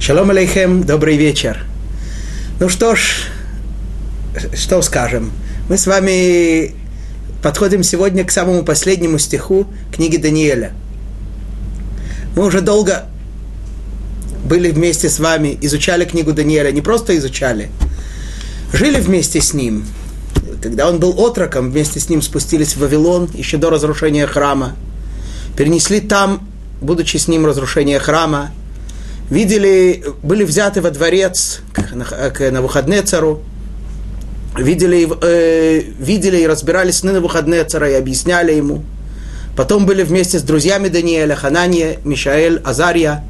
Шалом алейхем, добрый вечер. Ну что ж, что скажем? Мы с вами подходим сегодня к самому последнему стиху книги Даниэля. Мы уже долго были вместе с вами, изучали книгу Даниэля, не просто изучали, жили вместе с ним. Когда он был отроком, вместе с ним спустились в Вавилон, еще до разрушения храма. Перенесли там, будучи с ним, разрушение храма. Видели, были взяты во дворец к Навуходнецару, видели и разбирали сны Навуходнецара и объясняли ему. Потом были вместе с друзьями Даниэля, Ханания, Мишаэль, Азария.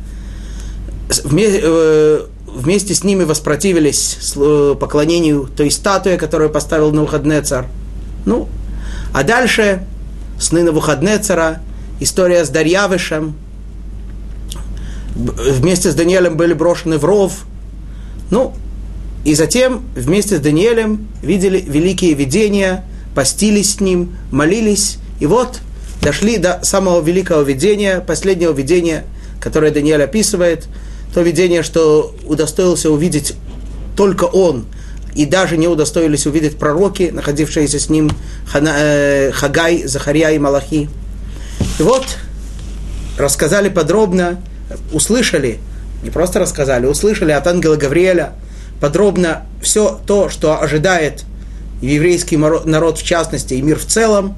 Вместе с ними воспротивились поклонению той статуе, которую поставил Навуходнецар. Ну, а дальше сны Навуходнецара, история с Дарьявышем. Вместе с Даниэлем были брошены в ров. Ну, и затем вместе с Даниэлем видели великие видения, постились с ним, молились. И вот дошли до самого великого видения, последнего видения, которое Даниэль описывает. То видение, что удостоился увидеть только он, и даже не удостоились увидеть пророки, находившиеся с ним, Хагай, Захария и Малахи. И вот рассказали подробно, услышали, не просто рассказали, услышали от ангела Гавриэля подробно все то, что ожидает еврейский народ в частности и мир в целом.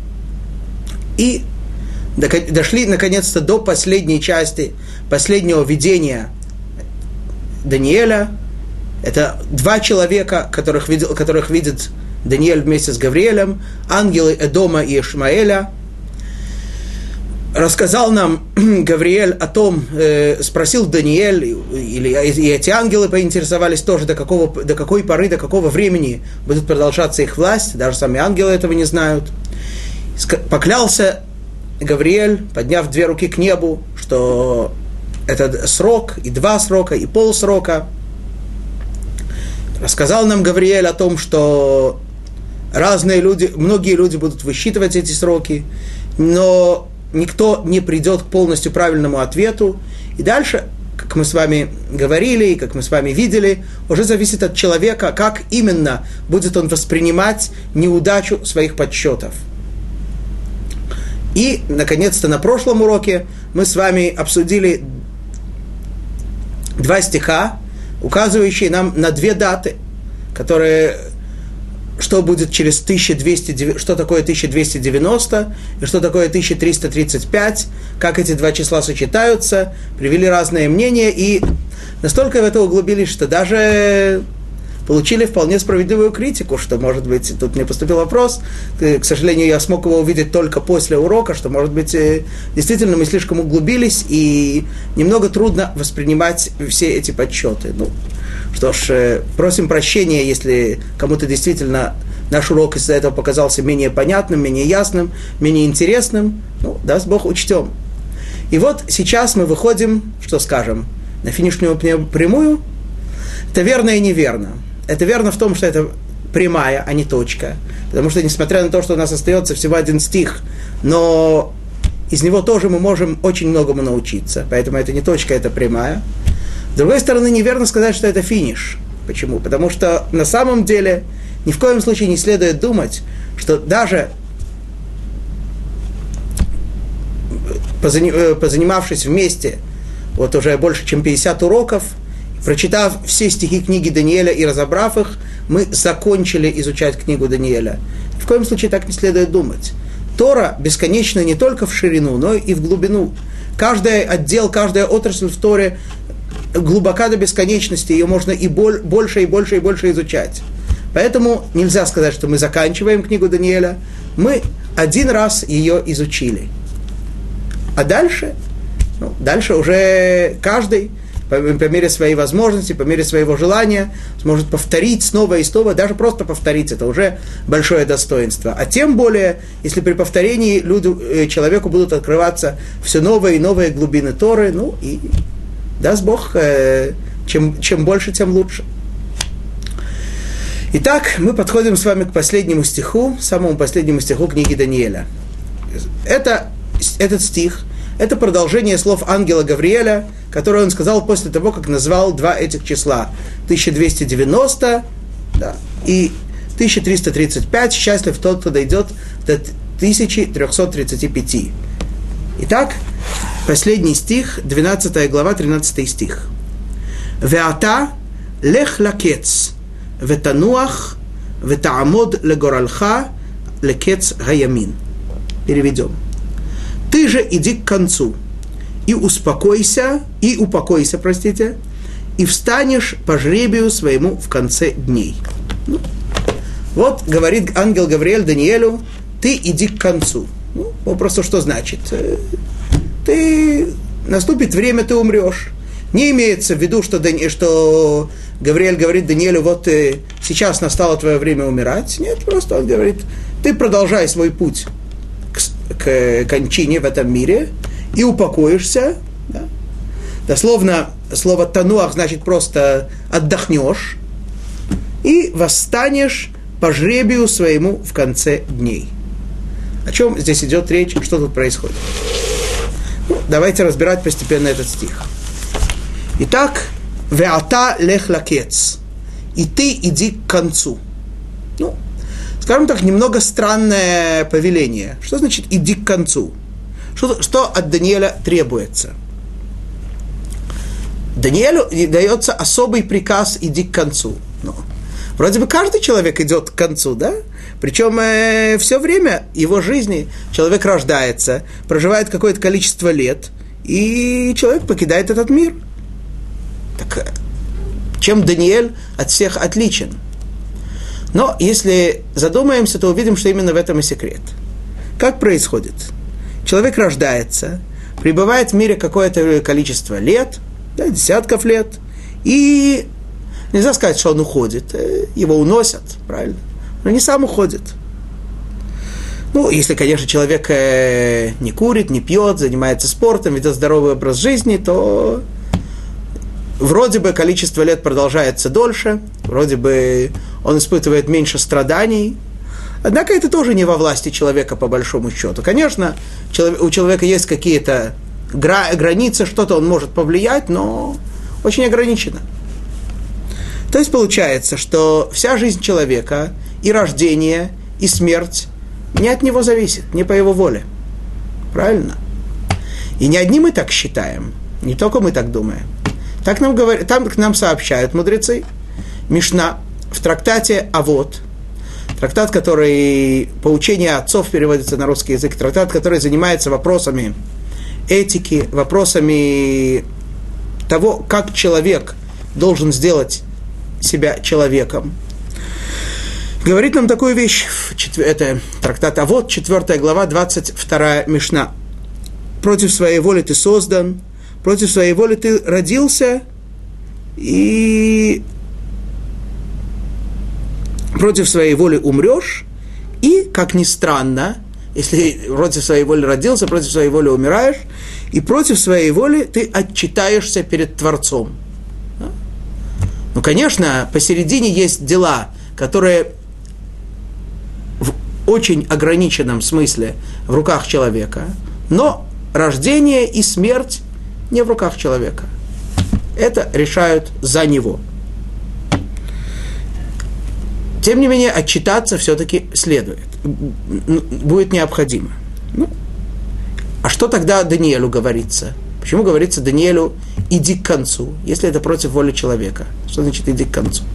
И дошли наконец-то до последней части, последнего видения Даниэля. Это два человека, которых видит Даниэль вместе с Гавриэлем, ангелы Эдома и Ишмаэля. Рассказал нам Гавриэль о том, спросил Даниэль, и эти ангелы поинтересовались тоже, до какой поры, до какого времени будет продолжаться их власть, даже сами ангелы этого не знают. Поклялся Гавриэль, подняв две руки к небу, что это срок, и 2 срока, и полсрока. Рассказал нам Гавриэль о том, что разные люди, многие люди будут высчитывать эти сроки, но никто не придет к полностью правильному ответу. И дальше, как мы с вами говорили, и как мы с вами видели, уже зависит от человека, как именно будет он воспринимать неудачу своих подсчетов. И, наконец-то, на прошлом уроке мы с вами обсудили 2 стиха, указывающие нам на 2 даты, которые, что будет через 1200, что такое 1290 и что такое 1335, как эти 2 числа сочетаются, привели разные мнения, и настолько в это углубились, что даже получили вполне справедливую критику, что, может быть, тут мне поступил вопрос, к сожалению, я смог его увидеть только после урока, что, может быть, действительно мы слишком углубились, и немного трудно воспринимать все эти подсчеты. Ну, что ж, просим прощения, если кому-то действительно наш урок из-за этого показался менее понятным, менее ясным, менее интересным. Ну, даст Бог, учтем. И вот сейчас мы выходим, что скажем, на финишную прямую. Это верно и неверно. Это верно в том, что это прямая, а не точка. Потому что, несмотря на то, что у нас остается всего 1 стих, но из него тоже мы можем очень многому научиться. Поэтому это не точка, это прямая. С другой стороны, неверно сказать, что это финиш. Почему? Потому что на самом деле ни в коем случае не следует думать, что даже позанимавшись вместе вот уже больше, чем 50 уроков, прочитав все стихи книги Даниэля и разобрав их, мы закончили изучать книгу Даниэля. В коем случае так не следует думать. Тора бесконечна не только в ширину, но и в глубину. Каждый отдел, каждая отрасль в Торе глубока до бесконечности, ее можно и больше, и больше, и больше изучать. Поэтому нельзя сказать, что мы заканчиваем книгу Даниэля. Мы 1 раз ее изучили. А дальше уже каждый по мере своей возможности, по мере своего желания сможет повторить снова и снова, даже просто повторить, это уже большое достоинство. А тем более, если при повторении человеку будут открываться все новые и новые глубины Торы, ну и даст Бог, чем больше, тем лучше. Итак, мы подходим с вами к последнему стиху, самому последнему стиху книги Даниэля. Этот стих Это продолжение слов ангела Гавриэля, которые он сказал после того, как назвал два этих числа. 1290 и 1335. Счастлив тот, кто дойдет до 1335. Итак, последний стих, 12 глава, 13 стих. «Веата лех лакец, ветануах, ветаамод легоралха, лекец гаямин». Переведем. «Ты же иди к концу, и упокойся, и встанешь по жребию своему в конце дней». Вот говорит ангел Гавриэль Даниэлю: ты иди к концу. Попросту что значит? Наступит время, ты умрешь. Не имеется в виду, что Гавриэль говорит Даниэлю: вот сейчас настало твое время умирать. Нет, просто он говорит: ты продолжай свой путь к кончине в этом мире и упокоишься. Да? Дословно слово «тануах» значит просто отдохнешь и восстанешь по жребию своему в конце дней. О чем здесь идет речь, что тут происходит? Давайте разбирать постепенно этот стих. Итак, «Веата лех лакец», и ты иди к концу. Скажем так, немного странное повеление. Что значит «иди к концу»? Что от Даниэля требуется? Даниэлю дается особый приказ «иди к концу». Вроде бы каждый человек идет к концу, да? Причем все время его жизни человек рождается, проживает какое-то количество лет, и человек покидает этот мир. Так чем Даниэль от всех отличен? Но если задумаемся, то увидим, что именно в этом и секрет. Как происходит? Человек рождается, пребывает в мире какое-то количество лет, да, десятков лет, и нельзя сказать, что он уходит, его уносят, правильно? Но не сам уходит. Если, конечно, человек не курит, не пьет, занимается спортом, ведет здоровый образ жизни, то вроде бы количество лет продолжается дольше, вроде бы он испытывает меньше страданий. Однако это тоже не во власти человека, по большому счету. Конечно, у человека есть какие-то границы, что-то он может повлиять, но очень ограничено. То есть получается, что вся жизнь человека, и рождение, и смерть, не от него зависит, не по его воле. Правильно? И не одни мы так считаем, не только мы так думаем. Так нам говорят, там к нам сообщают мудрецы. Мишна в трактате «Авот», трактат, который по учению отцов переводится на русский язык, трактат, который занимается вопросами этики, вопросами того, как человек должен сделать себя человеком. Говорит нам такую вещь, это трактат «Авот», 4 глава, 22 Мишна. «Против своей воли ты создан, против своей воли ты родился, и против своей воли умрешь, и, как ни странно, если против своей воли родился, против своей воли умираешь, и против своей воли ты отчитаешься перед Творцом». Конечно, посередине есть дела, которые в очень ограниченном смысле в руках человека, но рождение и смерть не в руках человека. Это решают за него. Тем не менее, отчитаться все-таки следует, будет необходимо. А что тогда Даниэлю говорится? Почему говорится Даниэлю «иди к концу», если это против воли человека? Что значит «иди к концу»?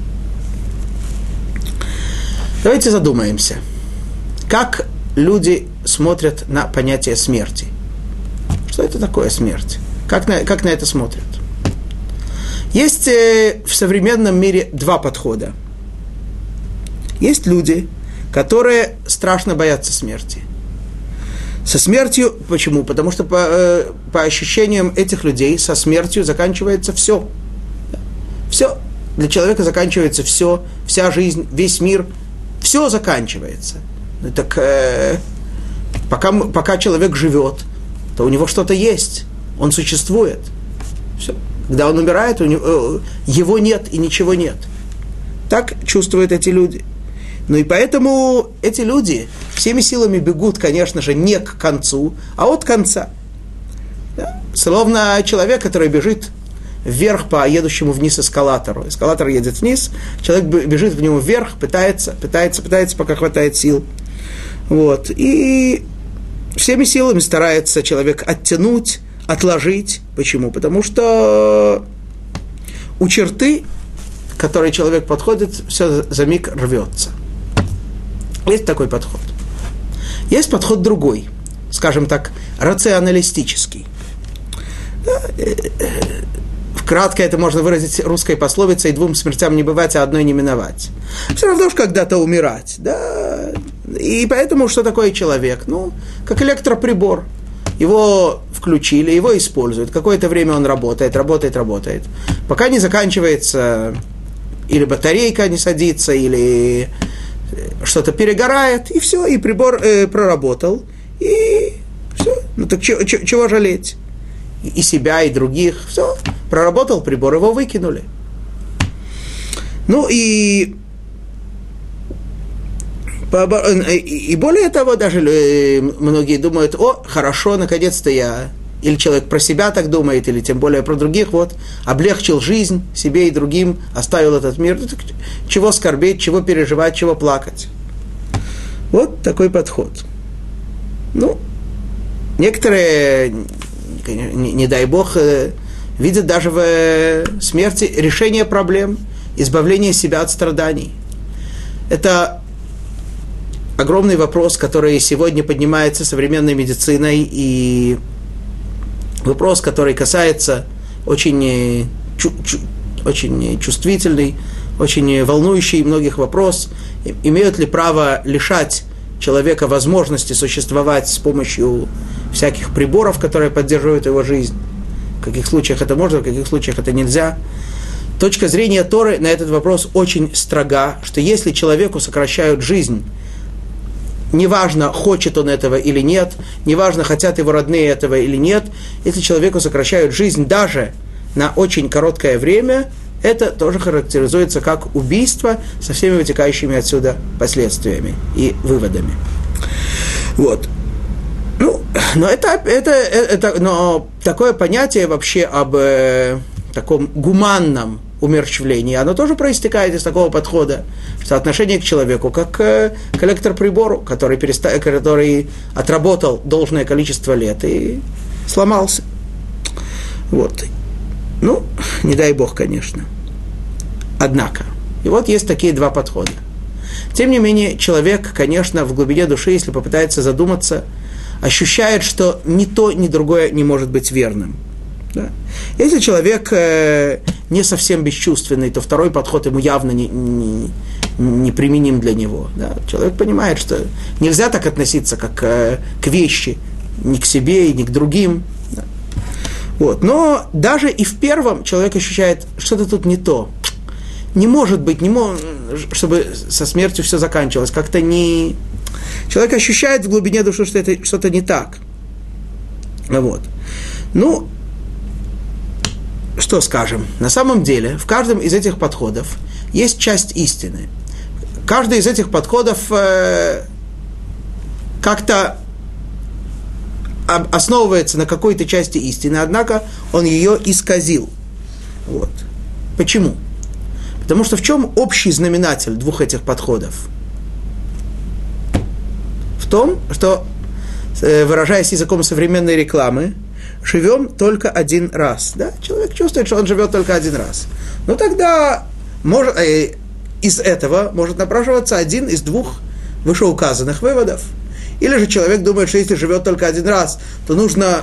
Давайте задумаемся, как люди смотрят на понятие смерти. Что это такое смерть? Как на это смотрят? Есть в современном мире два подхода. Есть люди, которые страшно боятся смерти. Со смертью, почему? Потому что по ощущениям этих людей со смертью заканчивается все. Все. Для человека заканчивается все, вся жизнь, весь мир, все заканчивается. Так пока человек живет, то у него что-то есть, он существует. Все. Когда он умирает, его нет и ничего нет. Так чувствуют эти люди. И поэтому эти люди всеми силами бегут, конечно же, не к концу, а от конца. словно человек, который бежит вверх по едущему вниз эскалатору. Эскалатор едет вниз, человек бежит в него вверх, пытается, пока хватает сил. Вот. И всеми силами старается человек оттянуть, отложить. Почему? Потому что у черты, к которой человек подходит, все за миг рвется. Есть такой подход. Есть подход другой, скажем так, рационалистический. Кратко это можно выразить русской пословицей: двум смертям не бывать, а одной не миновать. Все равно же когда-то умирать, да. И поэтому что такое человек? Ну, как электроприбор. Его включили, его используют. Какое-то время он работает. Пока не заканчивается, или батарейка не садится, или что-то перегорает, и все, и прибор проработал, и все. Ну так чего жалеть? И себя, и других. Все, проработал прибор, его выкинули. Ну и более того, даже многие думают: о, хорошо, наконец-то я, или человек про себя так думает, или тем более про других, вот, облегчил жизнь себе и другим, оставил этот мир. Чего скорбеть, чего переживать, чего плакать. Вот такой подход. Ну, некоторые, не дай Бог, видят даже в смерти решение проблем, избавление себя от страданий. Это огромный вопрос, который сегодня поднимается современной медициной, и вопрос, который касается очень чувствительный, очень волнующий многих вопрос: имеют ли право лишать человека возможности существовать с помощью всяких приборов, которые поддерживают его жизнь. В каких случаях это можно, в каких случаях это нельзя. Точка зрения Торы на этот вопрос очень строга, что если человеку сокращают жизнь, неважно, хочет он этого или нет, неважно, хотят его родные этого или нет, если человеку сокращают жизнь даже на очень короткое время, это тоже характеризуется как убийство со всеми вытекающими отсюда последствиями и выводами. Вот. Ну, но такое понятие вообще об таком гуманном умерщвлении, оно тоже проистекает из такого подхода, что отношение к человеку как к электроприбору, который отработал должное количество лет и сломался. Вот. Ну, не дай Бог, конечно. Однако, и вот есть такие два подхода. Тем не менее, человек, конечно, в глубине души, если попытается задуматься, ощущает, что ни то, ни другое не может быть верным. Да? Если человек не совсем бесчувственный, то второй подход ему явно не применим для него. Да? Человек понимает, что нельзя так относиться, как к вещи, ни к себе, ни к другим. Да? Вот. Но даже и в первом человек ощущает, что-то тут не то. Не может быть, чтобы со смертью все заканчивалось. Как-то не... Человек ощущает в глубине души, что это что-то не так. Вот. Ну, что скажем? На самом деле, в каждом из этих подходов есть часть истины. Каждый из этих подходов как-то основывается на какой-то части истины, однако он ее исказил. Вот. Почему? Потому что в чем общий знаменатель двух этих подходов? В том, что, выражаясь языком современной рекламы, живем только один раз. Да? Человек чувствует, что он живет только один раз. Но тогда из этого может напрашиваться один из двух вышеуказанных выводов. Или же человек думает, что если живет только один раз, то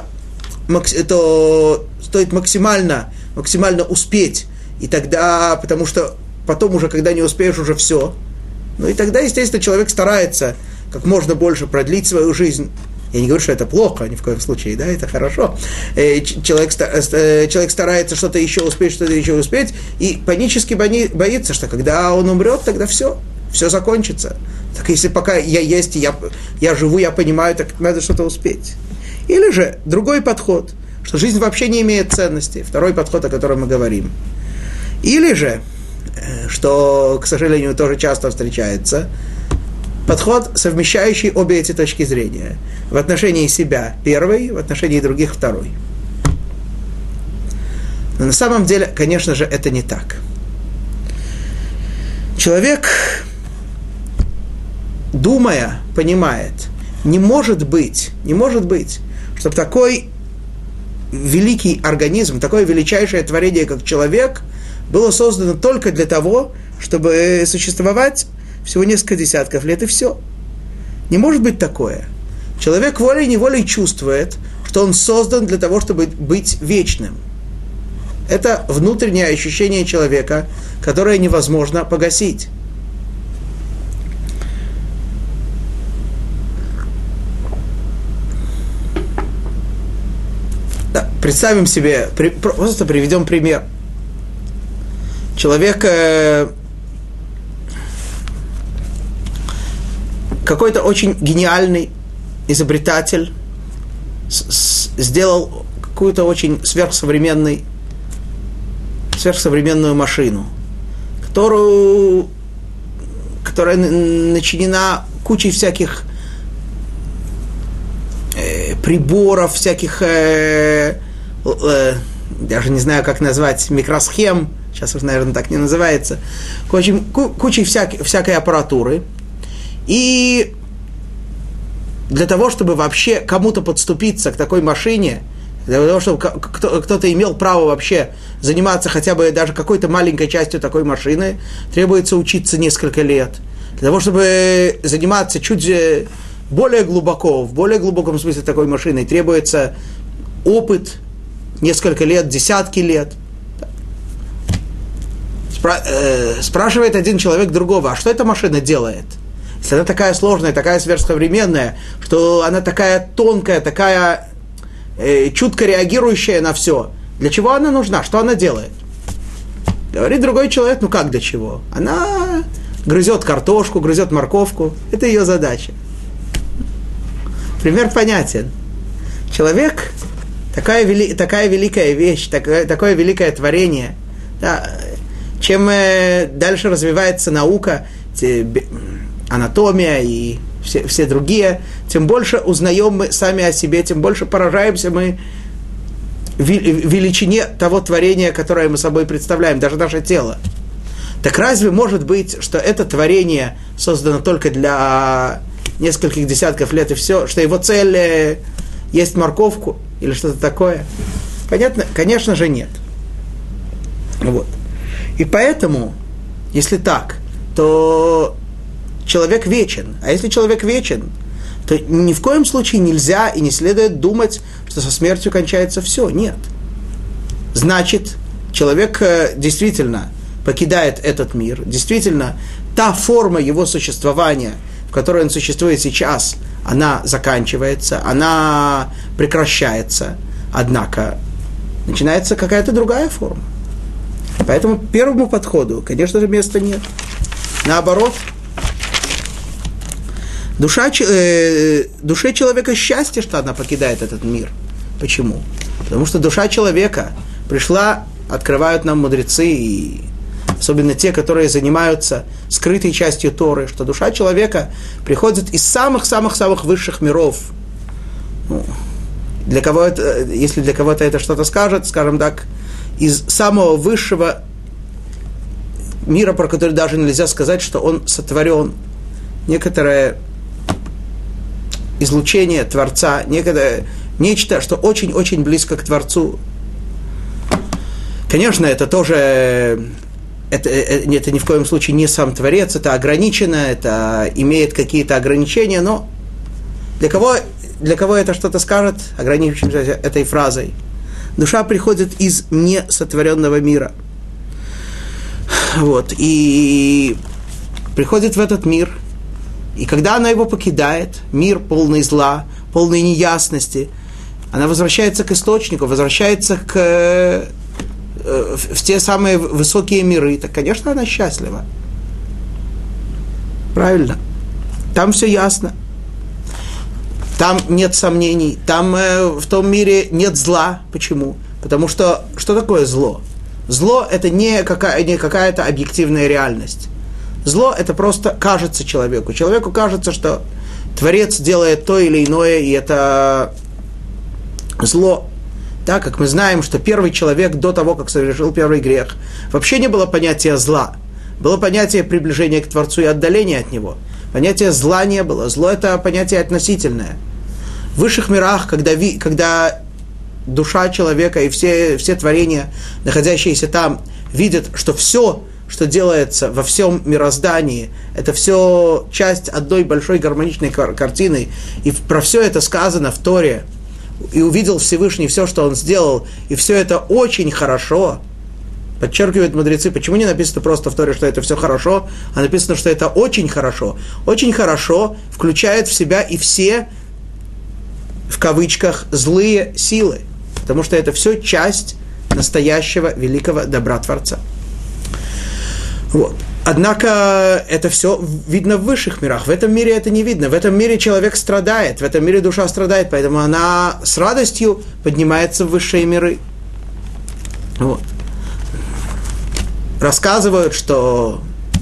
стоит максимально успеть. И тогда, потому что потом уже, когда не успеешь, уже все. Ну и тогда, естественно, человек старается как можно больше продлить свою жизнь. Я не говорю, что это плохо, ни в коем случае, да, это хорошо. Человек старается что-то еще успеть, и панически боится, что когда он умрет, тогда все закончится. Так если пока я есть, я живу, я понимаю, так надо что-то успеть. Или же другой подход, что жизнь вообще не имеет ценности, второй подход, о котором мы говорим. Или же, что, к сожалению, тоже часто встречается, подход, совмещающий обе эти точки зрения. В отношении себя первый, в отношении других второй. Но на самом деле, конечно же, это не так. Человек, думая, понимает, не может быть, чтобы такой великий организм, такое величайшее творение, как человек, было создано только для того, чтобы существовать всего несколько десятков лет, и все. Не может быть такое. Человек волей-неволей чувствует, что он создан для того, чтобы быть вечным. Это внутреннее ощущение человека, которое невозможно погасить. Да, представим себе, просто приведем пример. Человек, какой-то очень гениальный изобретатель, сделал какую-то очень сверхсовременную машину, которая начинена кучей всяких приборов, всяких, даже не знаю, как назвать, микросхем, сейчас уже, наверное, так не называется, кучей всякой аппаратуры. И для того, чтобы вообще кому-то подступиться к такой машине, для того, чтобы кто-то имел право вообще заниматься хотя бы даже какой-то маленькой частью такой машины, требуется учиться несколько лет. Для того, чтобы заниматься чуть более глубоко, в более глубоком смысле такой машиной, требуется опыт, несколько лет, десятки лет. Спрашивает один человек другого, а что эта машина делает? Если она такая сложная, такая сверхсовременная, что она такая тонкая, такая чутко реагирующая на все, для чего она нужна? Что она делает? Говорит другой человек, ну как для чего? Она грызет картошку, грызет морковку. Это ее задача. Пример понятен. Человек такая великая вещь, такое великое творение. Да, чем дальше развивается наука, анатомия и все другие, тем больше узнаем мы сами о себе, тем больше поражаемся мы величине того творения, которое мы собой представляем, даже наше тело. Так разве может быть, что это творение создано только для нескольких десятков лет и все, что его цель есть морковку или что-то такое? Понятно? Конечно же нет. Вот. И поэтому, если так, то человек вечен. А если человек вечен, то ни в коем случае нельзя и не следует думать, что со смертью кончается все. Нет. Значит, человек действительно покидает этот мир. Действительно, та форма его существования, в которой он существует сейчас, она заканчивается, она прекращается. Однако начинается какая-то другая форма. Поэтому первому подходу, конечно же, места нет. Наоборот, душе человека счастье, что она покидает этот мир. Почему? Потому что душа человека пришла, открывают нам мудрецы, и особенно те, которые занимаются скрытой частью Торы, что душа человека приходит из самых-самых-самых высших миров. Ну, для кого-то, если для кого-то это что-то скажет, скажем так, из самого высшего мира, про который даже нельзя сказать, что он сотворен. Некоторое излучение Творца, нечто, что очень-очень близко к Творцу. Конечно, это тоже, это ни в коем случае не сам Творец, это ограничено, это имеет какие-то ограничения, но для кого это что-то скажет, ограничившимся этой фразой? Душа приходит из несотворенного мира. Вот, и приходит в этот мир, и когда она его покидает, мир полный зла, полной неясности, она возвращается к источнику, возвращается в те самые высокие миры, так, конечно, она счастлива. Правильно. Там все ясно. Там нет сомнений. Там в том мире нет зла. Почему? Потому что такое зло? Зло – это не какая-то объективная реальность. Зло – это просто кажется человеку. Человеку кажется, что Творец делает то или иное, и это зло. Так как мы знаем, что первый человек до того, как совершил первый грех, вообще не было понятия зла. Было понятие приближения к Творцу и отдаления от Него. Понятия зла не было. Зло – это понятие относительное. В высших мирах, когда душа человека и все творения, находящиеся там, видят, что все, что делается во всем мироздании, это все часть одной большой гармоничной картины, и про все это сказано в Торе, и увидел Всевышний все, что он сделал, и все это очень хорошо. Подчеркивают мудрецы, почему не написано просто в Торе, что это все хорошо, а написано, что это очень хорошо. Очень хорошо включает в себя и все, в кавычках, злые силы, потому что это все часть настоящего великого добра Творца. Вот. Однако это все видно в высших мирах. В этом мире это не видно. В этом мире человек страдает, в этом мире душа страдает, поэтому она с радостью поднимается в высшие миры. Вот. Рассказывают, что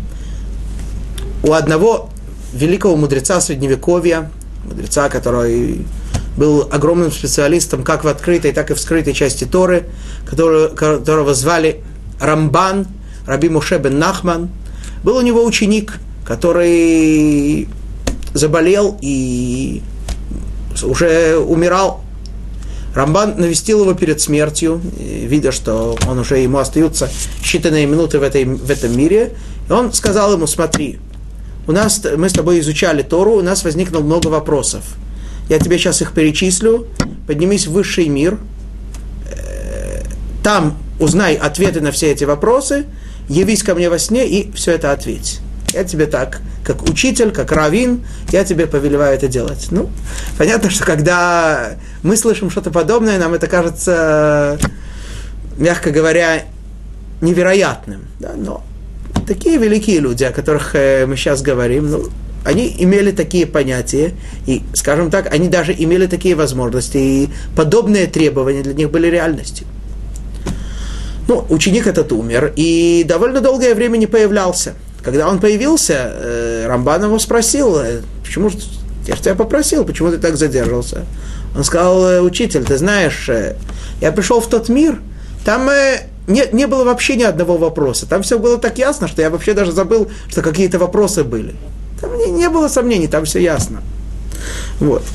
у одного великого мудреца Средневековья, мудреца, который был огромным специалистом как в открытой, так и в скрытой части Торы, которого звали Рамбан, Раби Моше бен Нахман, был у него ученик, который заболел и уже умирал. Рамбан навестил его перед смертью, видя, что ему остаются считанные минуты в этом мире, и он сказал ему: смотри, мы с тобой изучали Тору, у нас возникло много вопросов. Я тебе сейчас их перечислю, поднимись в высший мир, там узнай ответы на все эти вопросы, явись ко мне во сне и все это ответь. Я тебе так, как учитель, как раввин, я тебе повелеваю это делать. Ну, понятно, что когда мы слышим что-то подобное, нам это кажется, мягко говоря, невероятным. Да? Но такие великие люди, о которых мы сейчас говорим, они имели такие понятия, и, скажем так, они даже имели такие возможности, и подобные требования для них были реальностью. Ученик этот умер, и довольно долгое время не появлялся. Когда он появился, Рамбан его спросил: почему же, я же тебя попросил, почему ты так задержался? Он сказал: учитель, ты знаешь, я пришел в тот мир, там не было вообще ни одного вопроса, там все было так ясно, что я вообще даже забыл, что какие-то вопросы были. Там не было сомнений, там все ясно. Вот.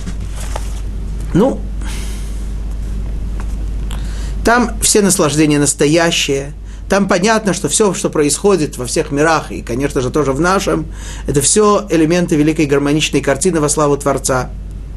Там все наслаждения настоящие. Там понятно, что все, что происходит во всех мирах, и, конечно же, тоже в нашем, это все элементы великой гармоничной картины во славу Творца.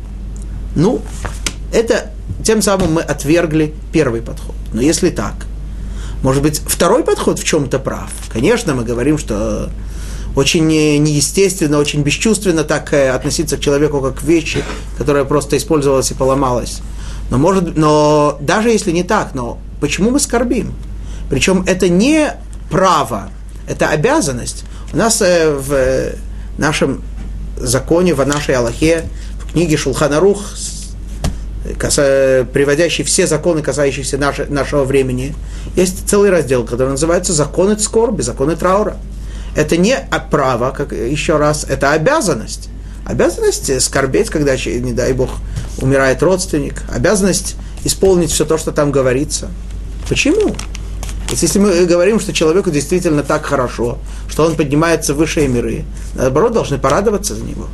Это тем самым мы отвергли первый подход. Но если так, может быть, второй подход в чем-то прав. Конечно, мы говорим, что очень неестественно, очень бесчувственно так относиться к человеку, как к вещи, которая просто использовалась и поломалась. Но даже если не так, но почему мы скорбим? Причем это не право, это обязанность. У нас в нашем законе, в нашей Алахе, в книге Шулхан Арух, приводящий все законы, касающиеся нашего времени, есть целый раздел, который называется «Законы скорби», «Законы траура». Это не право, еще раз, это обязанность. Обязанность скорбеть, когда, не дай Бог, умирает родственник. Обязанность исполнить все то, что там говорится. Почему? Если мы говорим, что человеку действительно так хорошо, что он поднимается в высшие миры, наоборот, должны порадоваться за него.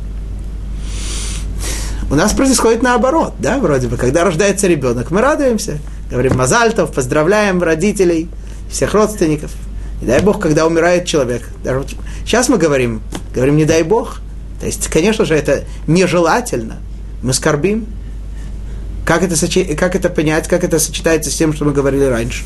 У нас происходит наоборот, да, вроде бы, когда рождается ребенок, мы радуемся, говорим мазаль тов, поздравляем родителей, всех родственников. Не дай Бог, когда умирает человек. Даже вот сейчас мы говорим не дай Бог. То есть, конечно же, это нежелательно. Мы скорбим. Как это понять, как это сочетается с тем, что мы говорили раньше?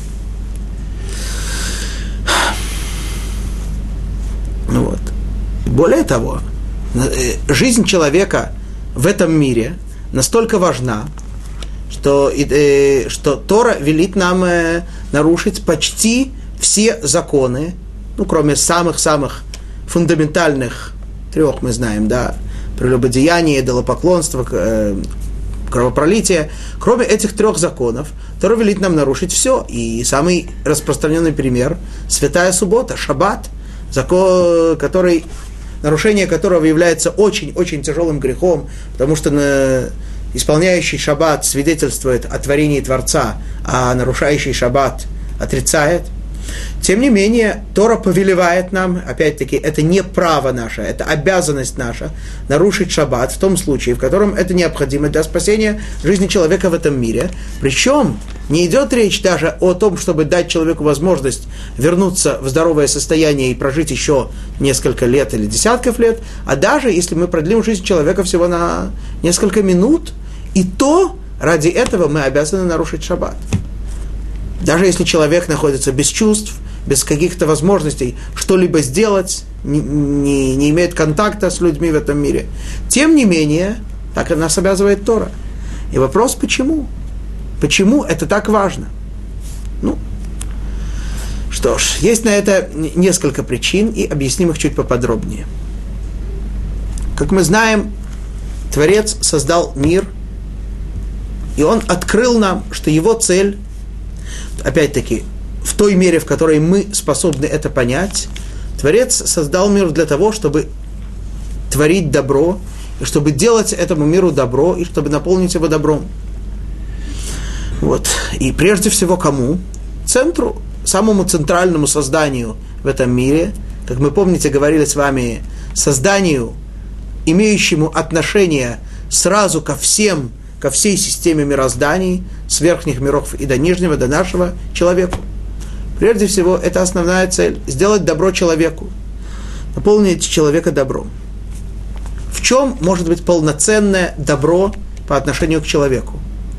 Более того, жизнь человека в этом мире настолько важна, что Тора велит нам нарушить почти все законы, кроме самых-самых фундаментальных трех, мы знаем, да, прелюбодеяние, идолопоклонство, кровопролитие. Кроме этих трех законов, Тора велит нам нарушить все. И самый распространенный пример – Святая Суббота, Шаббат, закон, нарушение которого является очень-очень тяжелым грехом, потому что исполняющий шаббат свидетельствует о творении Творца, а нарушающий шаббат отрицает. Тем не менее, Тора повелевает нам, опять-таки, это не право наше, это обязанность наша, нарушить шаббат в том случае, в котором это необходимо для спасения жизни человека в этом мире. Причем не идет речь даже о том, чтобы дать человеку возможность вернуться в здоровое состояние и прожить еще несколько лет или десятков лет, а даже если мы продлим жизнь человека всего на несколько минут, и то ради этого мы обязаны нарушить шаббат. Даже если человек находится без чувств, без каких-то возможностей что-либо сделать, не имеет контакта с людьми в этом мире. Тем не менее, так нас обязывает Тора. И вопрос, почему? Почему это так важно? Ну, что ж, есть на это несколько причин, и объясним их чуть поподробнее. Как мы знаем, Творец создал мир, и Он открыл нам, что Его цель, опять-таки, в той мере, в которой мы способны это понять, Творец создал мир для того, чтобы творить добро, и чтобы делать этому миру добро, и чтобы наполнить его добром. Вот. И прежде всего кому? Центру, самому центральному созданию в этом мире, как мы, помните, говорили с вами, созданию, имеющему отношение сразу ко всей системе мирозданий, с верхних миров и до нижнего, до нашего человеку. Прежде всего, это основная цель – сделать добро человеку, наполнить человека добром. В чем может быть полноценное добро по отношению к человеку?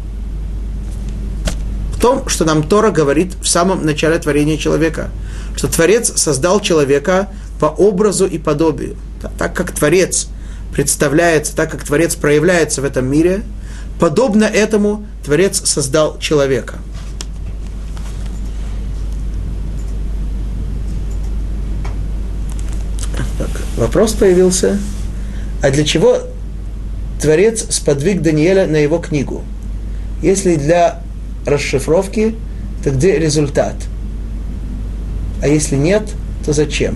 В том, что нам Тора говорит в самом начале творения человека, что Творец создал человека по образу и подобию. Так как Творец представляется, так как Творец проявляется в этом мире, подобно этому Творец создал человека. Так, вопрос появился. А для чего Творец сподвиг Даниэля на его книгу? Если для расшифровки, то где результат? А если нет, то зачем?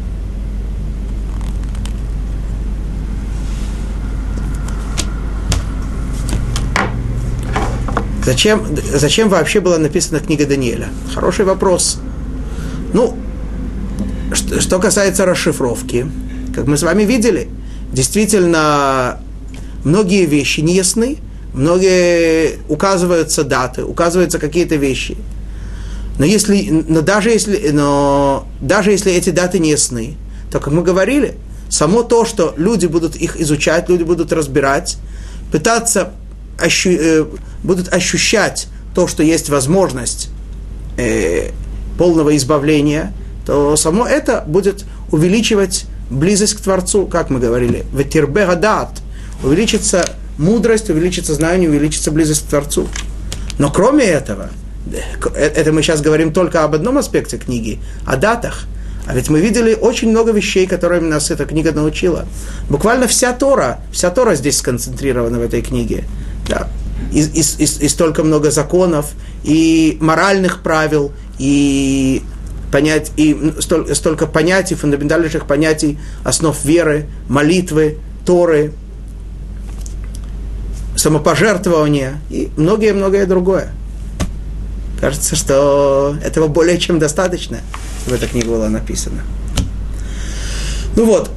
Зачем вообще была написана книга Даниэля? Хороший вопрос. Ну, что касается расшифровки, как мы с вами видели, действительно, многие вещи не ясны, указываются даты, указываются какие-то вещи. Но даже если эти даты не ясны, то, как мы говорили, само то, что люди будут их изучать, люди будут разбирать, пытаться будут ощущать то, что есть возможность полного избавления, то само это будет увеличивать близость к Творцу, как мы говорили, ветирбе гадат, увеличится мудрость, увеличится знание, увеличится близость к Творцу. Но кроме этого, это мы сейчас говорим только об одном аспекте книги, о датах, а ведь мы видели очень много вещей, которыми нас эта книга научила. Буквально вся Тора здесь сконцентрирована в этой книге. Да. И столько много законов, и моральных правил, и столько понятий, фундаментальнейших понятий, основ веры, молитвы, Торы, самопожертвования и многое-многое другое. Кажется, что этого более чем достаточно, чтобы эта книга была написана. Ну вот.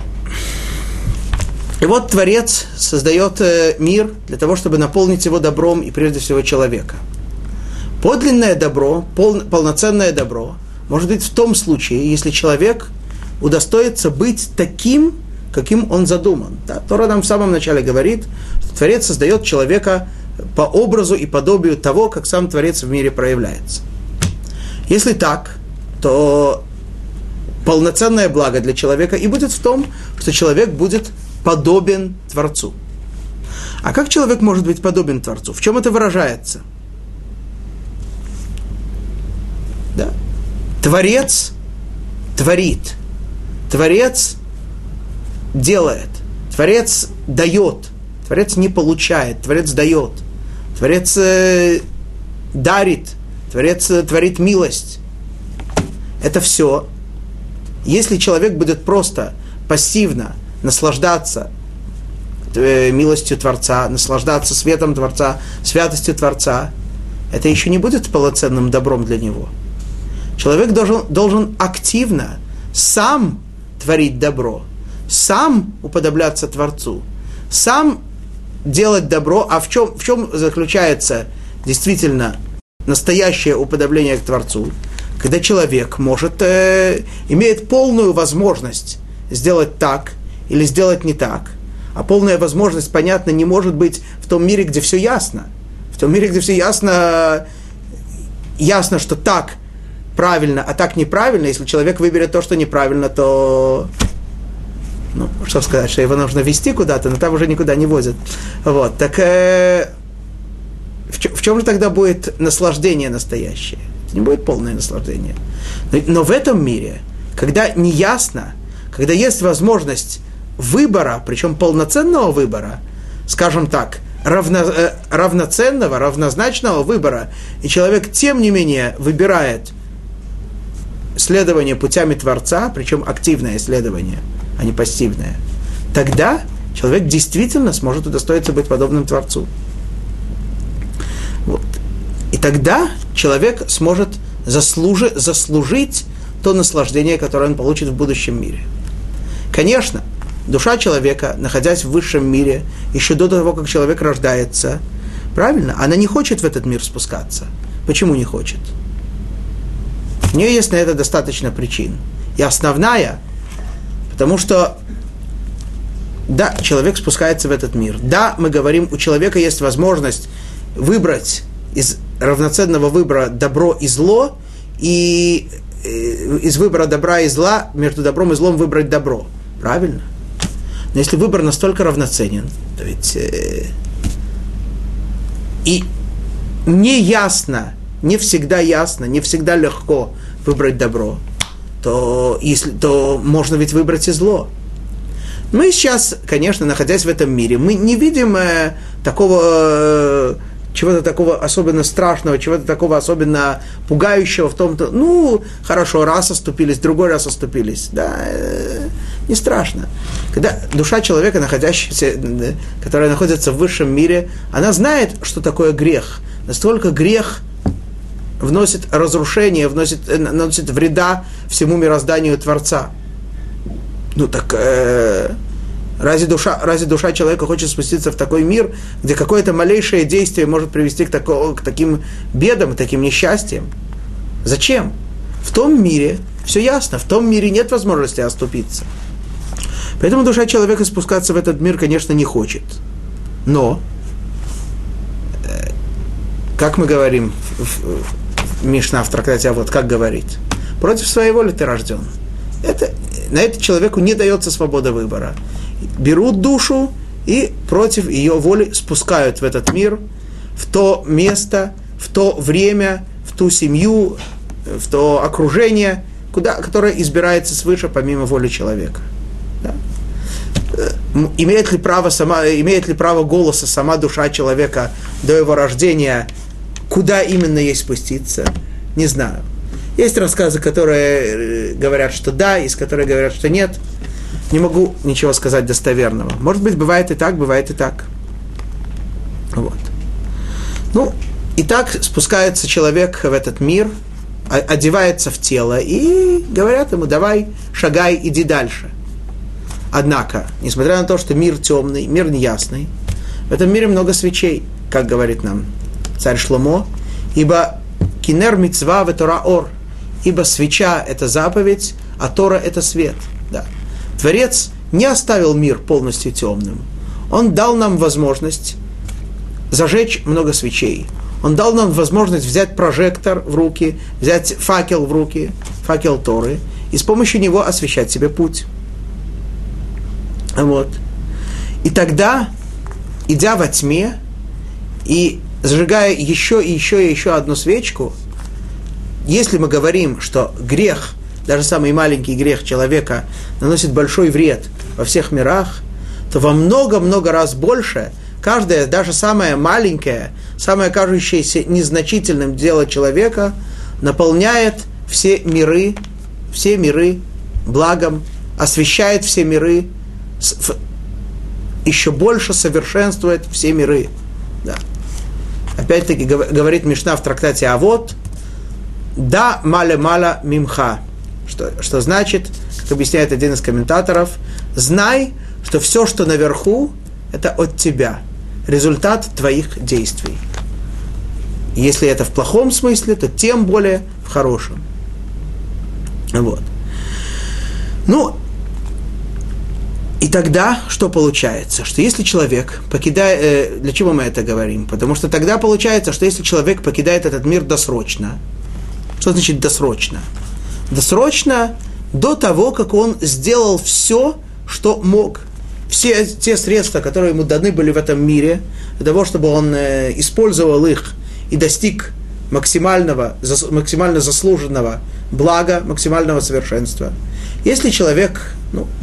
И вот Творец создает мир для того, чтобы наполнить его добром и прежде всего человека. Подлинное добро, полноценное добро может быть в том случае, если человек удостоится быть таким, каким он задуман. Да? Тора нам в самом начале говорит, что Творец создает человека по образу и подобию того, как сам Творец в мире проявляется. Если так, то полноценное благо для человека и будет в том, что человек будет подобен Творцу. А как человек может быть подобен Творцу? В чем это выражается? Да? Творец творит. Творец делает. Творец дает. Творец не получает. Творец дает. Творец дарит. Творец творит милость. Это все. Если человек будет просто пассивно наслаждаться милостью Творца, наслаждаться светом Творца, святостью Творца, это еще не будет полноценным добром для него. Человек должен активно сам творить добро, сам уподобляться Творцу, сам делать добро. А в чем заключается действительно настоящее уподобление к Творцу? Когда человек имеет полную возможность сделать так или сделать не так. А полная возможность, понятно, не может быть в том мире, где все ясно. В том мире, где все ясно, что так правильно, а так неправильно. Если человек выберет то, что неправильно, то, что сказать, что его нужно везти куда-то, но там уже никуда не возят. Вот, так в чем же тогда будет наслаждение настоящее? Это не будет полное наслаждение. Но в этом мире, когда не ясно, когда есть возможность выбора, причем полноценного выбора, скажем так, равноценного, равнозначного выбора, и человек, тем не менее, выбирает следование путями Творца, причем активное следование, а не пассивное, тогда человек действительно сможет удостоиться быть подобным Творцу. Вот. И тогда человек сможет заслужить то наслаждение, которое он получит в будущем мире. Конечно, душа человека, находясь в высшем мире, еще до того, как человек рождается, правильно, она не хочет в этот мир спускаться. Почему не хочет? У нее есть на это достаточно причин. И основная, потому что, да, человек спускается в этот мир. Да, мы говорим, у человека есть возможность выбрать из равноценного выбора добро и зло, и из выбора добра и зла, между добром и злом выбрать добро. Правильно? Но если выбор настолько равноценен, то ведь и не ясно, не всегда ясно, не всегда легко выбрать добро, то можно ведь выбрать и зло. Мы сейчас, конечно, находясь в этом мире, мы не видим чего-то такого особенно страшного, чего-то такого особенно пугающего в том-то, хорошо, раз оступились, другой раз оступились, да, не страшно. Когда душа человека, которая находится в высшем мире, она знает, что такое грех. Грех вносит разрушение, наносит вреда всему мирозданию Творца. Разве душа человека хочет спуститься в такой мир, где какое-то малейшее действие может привести к таким бедам, таким несчастьям? Зачем? В том мире все ясно, в том мире нет возможности оступиться. Поэтому душа человека спускаться в этот мир, конечно, не хочет. Но, как мы говорим в Мишна, в трактате, как говорит, против своей воли ты рожден. На это человеку не дается свобода выбора. Берут душу и против ее воли спускают в этот мир, в то место, в то время, в ту семью, в то окружение, которое избирается свыше помимо воли человека. Да? Имеет ли право голоса сама душа человека до его рождения, куда именно ей спуститься? Не знаю. Есть рассказы, которые говорят, что да, есть которые говорят, что нет. Не могу ничего сказать достоверного. Может быть, бывает и так, бывает и так. Вот. И так спускается человек в этот мир, одевается в тело, и говорят ему: давай, шагай, иди дальше. Однако, несмотря на то, что мир темный, мир неясный, в этом мире много свечей, как говорит нам царь Шломо, ибо кинер мицва ве Тора ор, ибо свеча – это заповедь, а Тора – это свет. Да. Творец не оставил мир полностью темным. Он дал нам возможность зажечь много свечей. Он дал нам возможность взять прожектор в руки, взять факел в руки, факел Торы, и с помощью него освещать себе путь. Вот. И тогда, идя во тьме и зажигая еще и еще и еще одну свечку, если мы говорим, что грех, даже самый маленький грех человека, наносит большой вред во всех мирах, то во много-много раз больше каждое, даже самое маленькое, самое кажущееся незначительным дело человека наполняет все миры благом, освещает все миры еще больше совершенствует все миры. Да. Опять-таки говорит Мишна в трактате Авот, да мале-мала мимха, что значит, как объясняет один из комментаторов, знай, что все, что наверху, это от тебя, результат твоих действий. Если это в плохом смысле, то тем более в хорошем. Вот. Ну, и тогда что получается? Что если человек покидает... Для чего мы это говорим? Потому что тогда получается, что если человек покидает этот мир досрочно, что значит досрочно? Досрочно до того, как он сделал все, что мог. Все те средства, которые ему даны были в этом мире, для того, чтобы он использовал их и достиг максимально заслуженного блага, максимального совершенства. Если человек,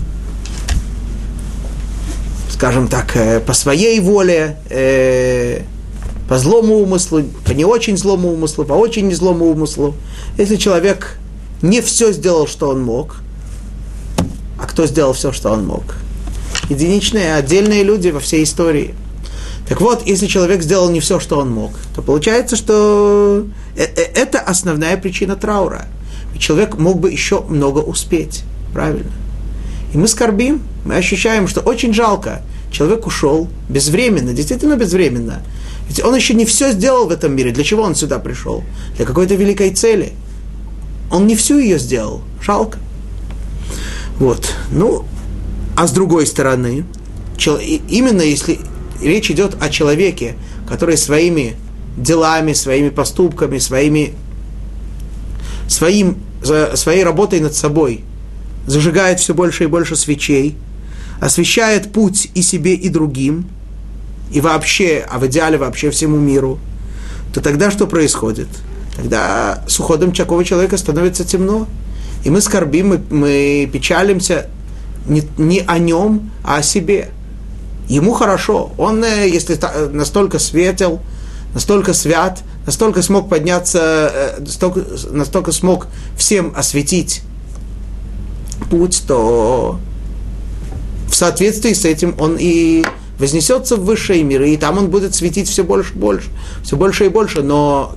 скажем так, по своей воле, по злому умыслу, по не очень злому умыслу, по очень незлому умыслу, если человек не все сделал, что он мог, а кто сделал все, что он мог? Единичные, отдельные люди во всей истории. Так вот, если человек сделал не все, что он мог, то получается, что это основная причина траура. И человек мог бы еще много успеть, правильно? И мы скорбим, мы ощущаем, что очень жалко. Человек ушел безвременно, действительно безвременно. Ведь он еще не все сделал в этом мире. Для чего он сюда пришел? Для какой-то великой цели. Он не всю ее сделал. Жалко. Вот. А с другой стороны, именно если речь идет о человеке, который своими делами, своими поступками, своей работой над собой зажигает все больше и больше свечей, освещает путь и себе, и другим, и вообще, а в идеале вообще всему миру, то тогда что происходит? Тогда с уходом такого человека становится темно. И мы скорбим, мы печалимся не о нем, а о себе. Ему хорошо. Он, если настолько светел, настолько свят, настолько смог подняться, настолько смог всем осветить путь, то в соответствии с этим он и вознесется в высшие миры, и там он будет светить все больше и больше, все больше и больше, но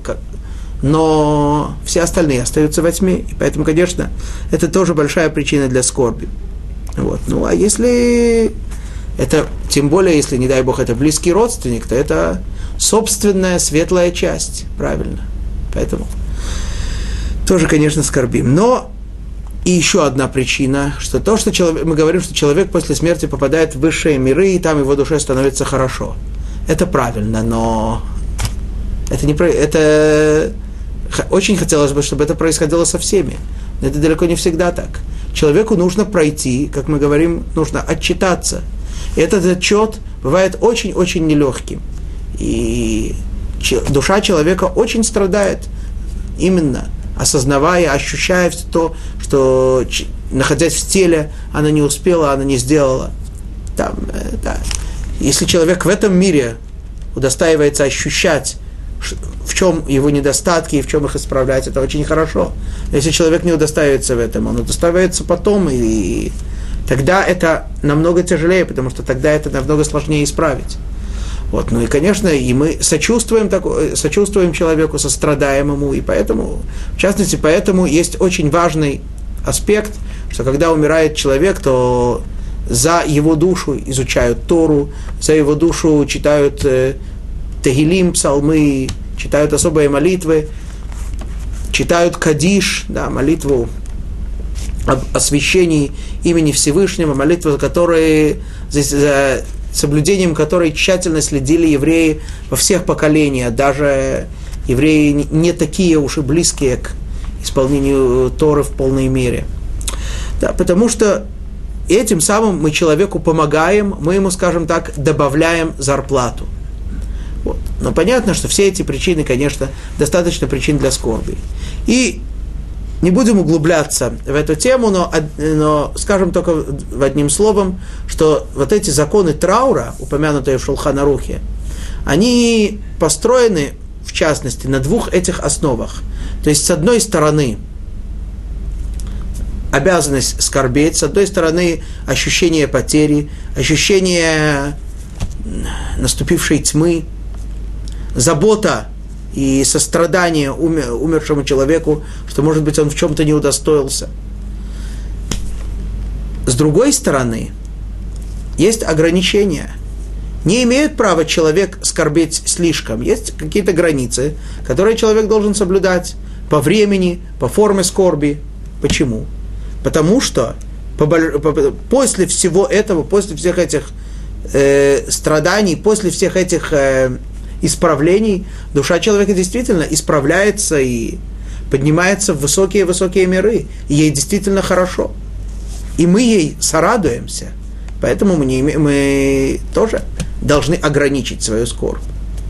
все остальные остаются во тьме, и поэтому, конечно, это тоже большая причина для скорби. Вот. А если это, тем более, если, не дай Бог, это близкий родственник, то это собственная светлая часть, правильно? Поэтому тоже, конечно, скорбим. Но и еще одна причина, что мы говорим, что человек после смерти попадает в высшие миры, и там его душе становится хорошо. Это правильно, но это очень хотелось бы, чтобы это происходило со всеми. Но это далеко не всегда так. Человеку нужно пройти, как мы говорим, нужно отчитаться. И этот отчет бывает очень-очень нелегким. И душа человека очень страдает, именно осознавая, ощущая все то, что, находясь в теле, она не успела, она не сделала. Если человек в этом мире удостаивается ощущать, в чем его недостатки и в чем их исправлять, это очень хорошо. Если человек не удостаивается в этом, он удостаивается потом, и тогда это намного тяжелее, потому что тогда это намного сложнее исправить. Вот. И, конечно, и мы сочувствуем человеку, сострадаем ему, и поэтому, в частности, поэтому есть очень важный аспект, что когда умирает человек, то за его душу изучают Тору, за его душу читают Тегилим, псалмы, читают особые молитвы, читают Кадиш, молитву об освящении имени Всевышнего, молитву, за соблюдением которой тщательно следили евреи во всех поколениях, даже евреи не такие уж и близкие к исполнению Торы в полной мере. Да, потому что этим самым мы человеку помогаем, мы ему, скажем так, добавляем зарплату. Вот. Но понятно, что все эти причины, конечно, достаточно причин для скорби. И не будем углубляться в эту тему, но скажем только одним словом, что вот эти законы траура, упомянутые в Шулхан Арухе, они построены, в частности, на двух этих основах. То есть, с одной стороны, обязанность скорбеть. С одной стороны, ощущение потери, ощущение наступившей тьмы, забота и сострадание умершему человеку, что, может быть, он в чем-то не удостоился. С другой стороны, есть ограничения. Не имеет права человек скорбеть слишком. Есть какие-то границы, которые человек должен соблюдать по времени, по форме скорби. Почему? Потому что после всего этого, после всех этих страданий, после всех этих исправлений, душа человека действительно исправляется и поднимается в высокие-высокие миры. И ей действительно хорошо. И мы ей сорадуемся. Поэтому мы тоже должны ограничить свою скорбь.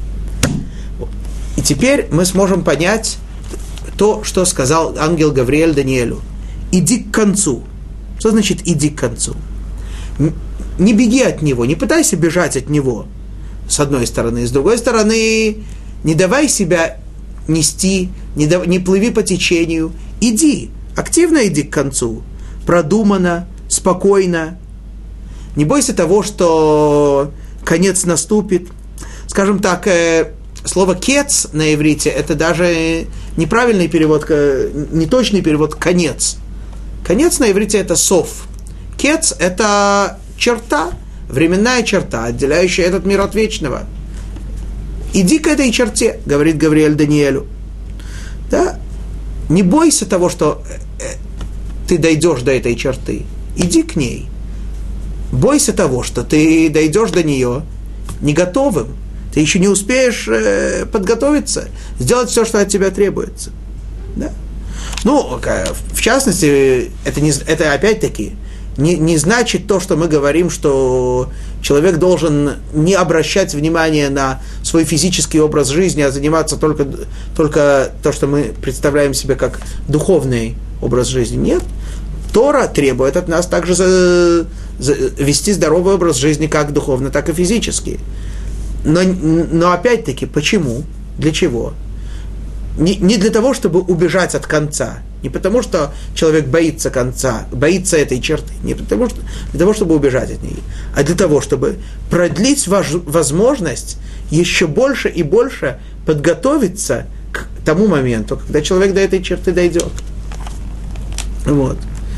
И теперь мы сможем понять то, что сказал ангел Гавриэль Даниэлю. Иди к концу. Что значит иди к концу? Не беги от него, не пытайся бежать от него, с одной стороны. С другой стороны, не давай себя нести, не плыви по течению. Иди, активно иди к концу. Продуманно, спокойно. Не бойся того, что конец наступит. Скажем так, слово «кец» на иврите – это даже неправильный перевод, неточный перевод «конец». Конец на иврите – это «сов». «Кец» – это черта, временная черта, отделяющая этот мир от вечного. «Иди к этой черте», – говорит Гавриэль Даниэлю. Да? Не бойся того, что ты дойдешь до этой черты. Иди к ней. Бойся того, что ты дойдешь до нее не готовым. Ты еще не успеешь подготовиться, сделать все, что от тебя требуется. Да? Ну, в частности, это опять-таки не значит то, что мы говорим, что человек должен не обращать внимания на свой физический образ жизни, а заниматься только то, что мы представляем себе как духовный образ жизни. Нет. Тора требует от нас также вести здоровый образ жизни как духовно, так и физически. Но опять-таки, почему? Для чего? Не для того, чтобы убежать от конца. Не потому, что человек боится конца, боится этой черты. Не для того, чтобы убежать от нее. А для того, чтобы продлить возможность еще больше и больше подготовиться к тому моменту, когда человек до этой черты дойдет. Вот.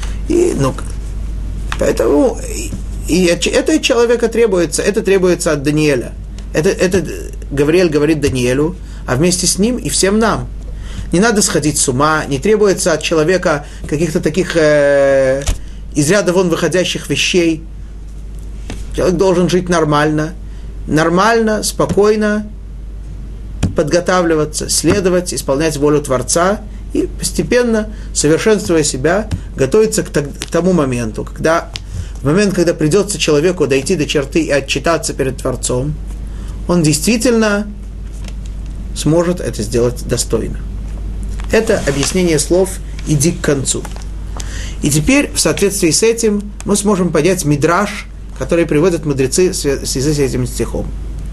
Поэтому это от человека требуется, это требуется от Даниэля. Это Гавриэль говорит Даниэлю, а вместе с ним и всем нам. Не надо сходить с ума, не требуется от человека каких-то таких из ряда вон выходящих вещей. Человек должен жить нормально, спокойно подготавливаться, следовать, исполнять волю Творца и постепенно, совершенствуя себя, готовиться к тому моменту, в момент, когда придется человеку дойти до черты и отчитаться перед Творцом, он действительно сможет это сделать достойно. Это объяснение слов «иди к концу». И теперь, в соответствии с этим, мы сможем понять мидраш, который приводят мудрецы в связи с этим стихом.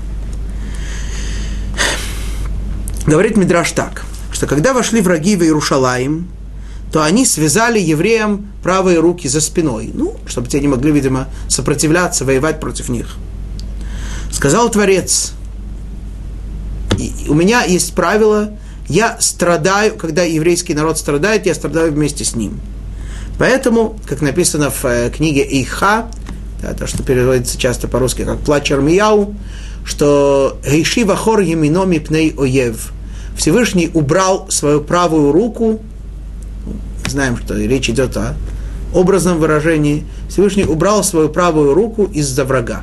Говорит мидраш так, что когда вошли враги в Иерушалаим, то они связали евреям правые руки за спиной, чтобы те не могли, видимо, сопротивляться, воевать против них. Сказал Творец: у меня есть правило, я страдаю, когда еврейский народ страдает, я страдаю вместе с ним. Поэтому, как написано в книге Эйха, то, что переводится часто по-русски как «Плач Ирмияу», что «Гейши вахор емино мипней оев». Всевышний убрал свою правую руку, знаем, что речь идет о образном выражении, Всевышний убрал свою правую руку из-за врага.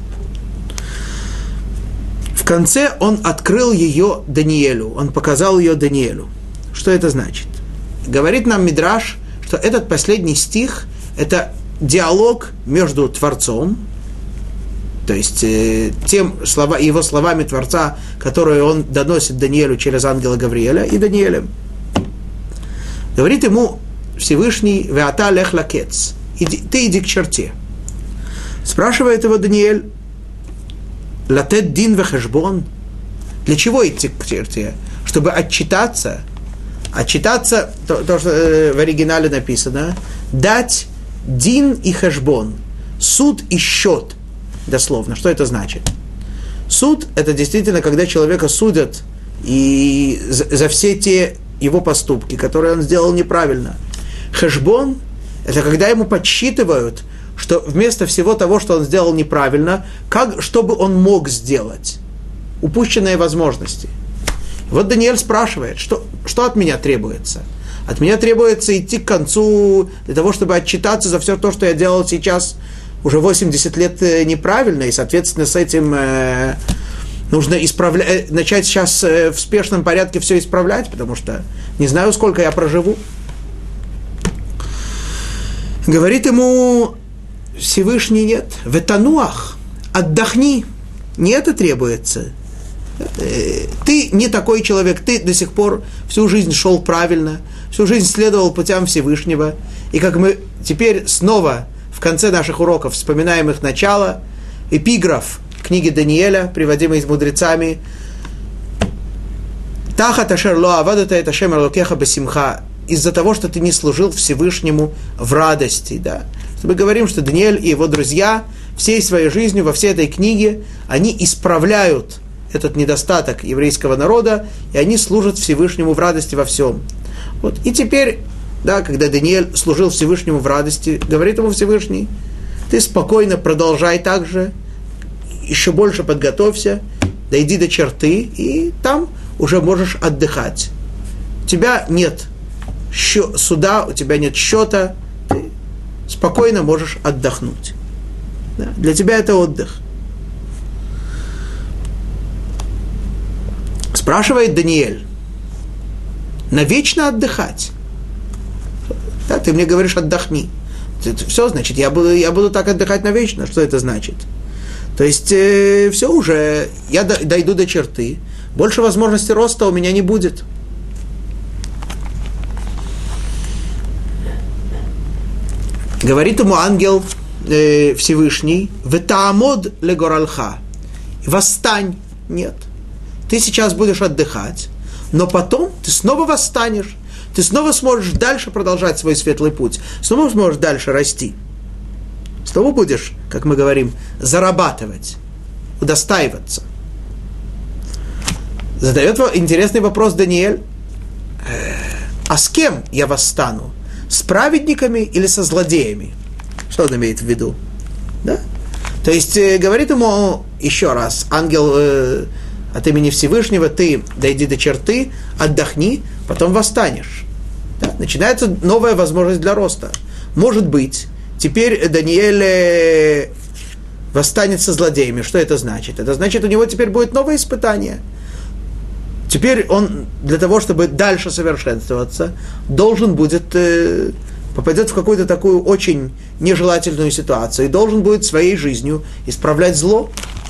В конце он открыл ее Даниэлю, он показал ее Даниэлю. Что это значит? Говорит нам мидраш, что этот последний стих – это диалог между Творцом, то есть его словами Творца, которые он доносит Даниэлю через ангела Гавриэля, и Даниэлем. Говорит ему Всевышний: «Веата лех лакец», ты иди к черте. Спрашивает его Даниэль: «Латет дин вехешбон», для чего идти к черте? Чтобы отчитаться. Отчитаться, то, что в оригинале написано, дать дин и хэшбон, суд и счет, дословно. Что это значит? Суд – это действительно, когда человека судят и за все те его поступки, которые он сделал неправильно. Хэшбон – это когда ему подсчитывают, что вместо всего того, что он сделал неправильно, что бы он мог сделать. Упущенные возможности. Вот Даниэль спрашивает, что от меня требуется? От меня требуется идти к концу для того, чтобы отчитаться за все то, что я делал сейчас уже 80 лет неправильно, и, соответственно, с этим нужно начать сейчас в спешном порядке все исправлять, потому что не знаю, сколько я проживу. Говорит ему Всевышний: нет, в этануах, отдохни, не это требуется. Ты не такой человек, ты до сих пор всю жизнь шел правильно, всю жизнь следовал путям Всевышнего, и как мы теперь снова в конце наших уроков вспоминаем их начало, эпиграф книги Даниэля, приводимый мудрецами: «Тахат ашер ло авадата эт Ашем элокеха бесимха», из-за того, что ты не служил Всевышнему в радости. Да? Мы говорим, что Даниэль и его друзья всей своей жизнью, во всей этой книге, они исправляют этот недостаток еврейского народа, и они служат Всевышнему в радости во всем. Вот. И теперь, да, когда Даниэль служил Всевышнему в радости, говорит ему Всевышний: ты спокойно продолжай так же, еще больше подготовься, дойди до черты, и там уже можешь отдыхать. У тебя нет суда, у тебя нет счета, ты спокойно можешь отдохнуть. Да? Для тебя это отдых. Спрашивает Даниэль: навечно отдыхать? Да, ты мне говоришь, отдохни. Все, значит, я буду так отдыхать навечно. Что это значит? То есть, все уже, я дойду до черты, больше возможности роста у меня не будет. Говорит ему ангел Всевышний: «Ветаамод легоралха», восстань. Нет. Ты сейчас будешь отдыхать, но потом ты снова восстанешь, ты снова сможешь дальше продолжать свой светлый путь, снова сможешь дальше расти. Снова будешь, как мы говорим, зарабатывать, удостаиваться. Задает интересный вопрос Даниэль: а с кем я восстану? С праведниками или со злодеями? Что он имеет в виду? Да? То есть, говорит ему еще раз ангел от имени Всевышнего: ты дойди до черты, отдохни, потом восстанешь. Да? Начинается новая возможность для роста. Может быть, теперь Даниэль восстанет со злодеями. Что это значит? Это значит, у него теперь будет новое испытание. Теперь он, для того, чтобы дальше совершенствоваться, должен будет, попадет в какую-то такую очень нежелательную ситуацию и должен будет своей жизнью исправлять зло.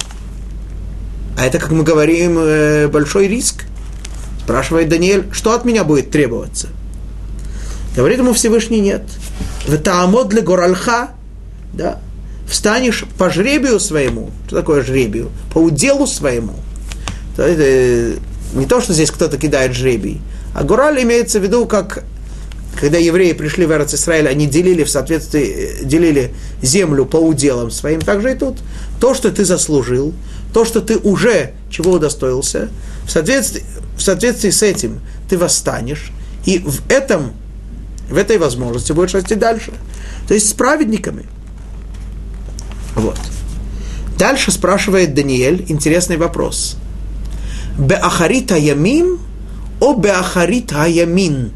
А это, как мы говорим, большой риск. Спрашивает Даниэль: что от меня будет требоваться? Говорит ему Всевышний: нет. «Ветаамод для горальха», да, встанешь по жребию своему. Что такое жребию? По уделу своему. Это не то, что здесь кто-то кидает жребий, а гораль имеется в виду, как когда евреи пришли в Эрец-Исраэль, они делили землю по уделам своим, так же и тут. То, что ты заслужил, то, что ты уже чего удостоился, в соответствии с этим ты восстанешь, и в этой возможности будешь расти дальше. То есть с праведниками. Вот. Дальше спрашивает Даниэль интересный вопрос. Беахарит хаямим о беахарит хаямин?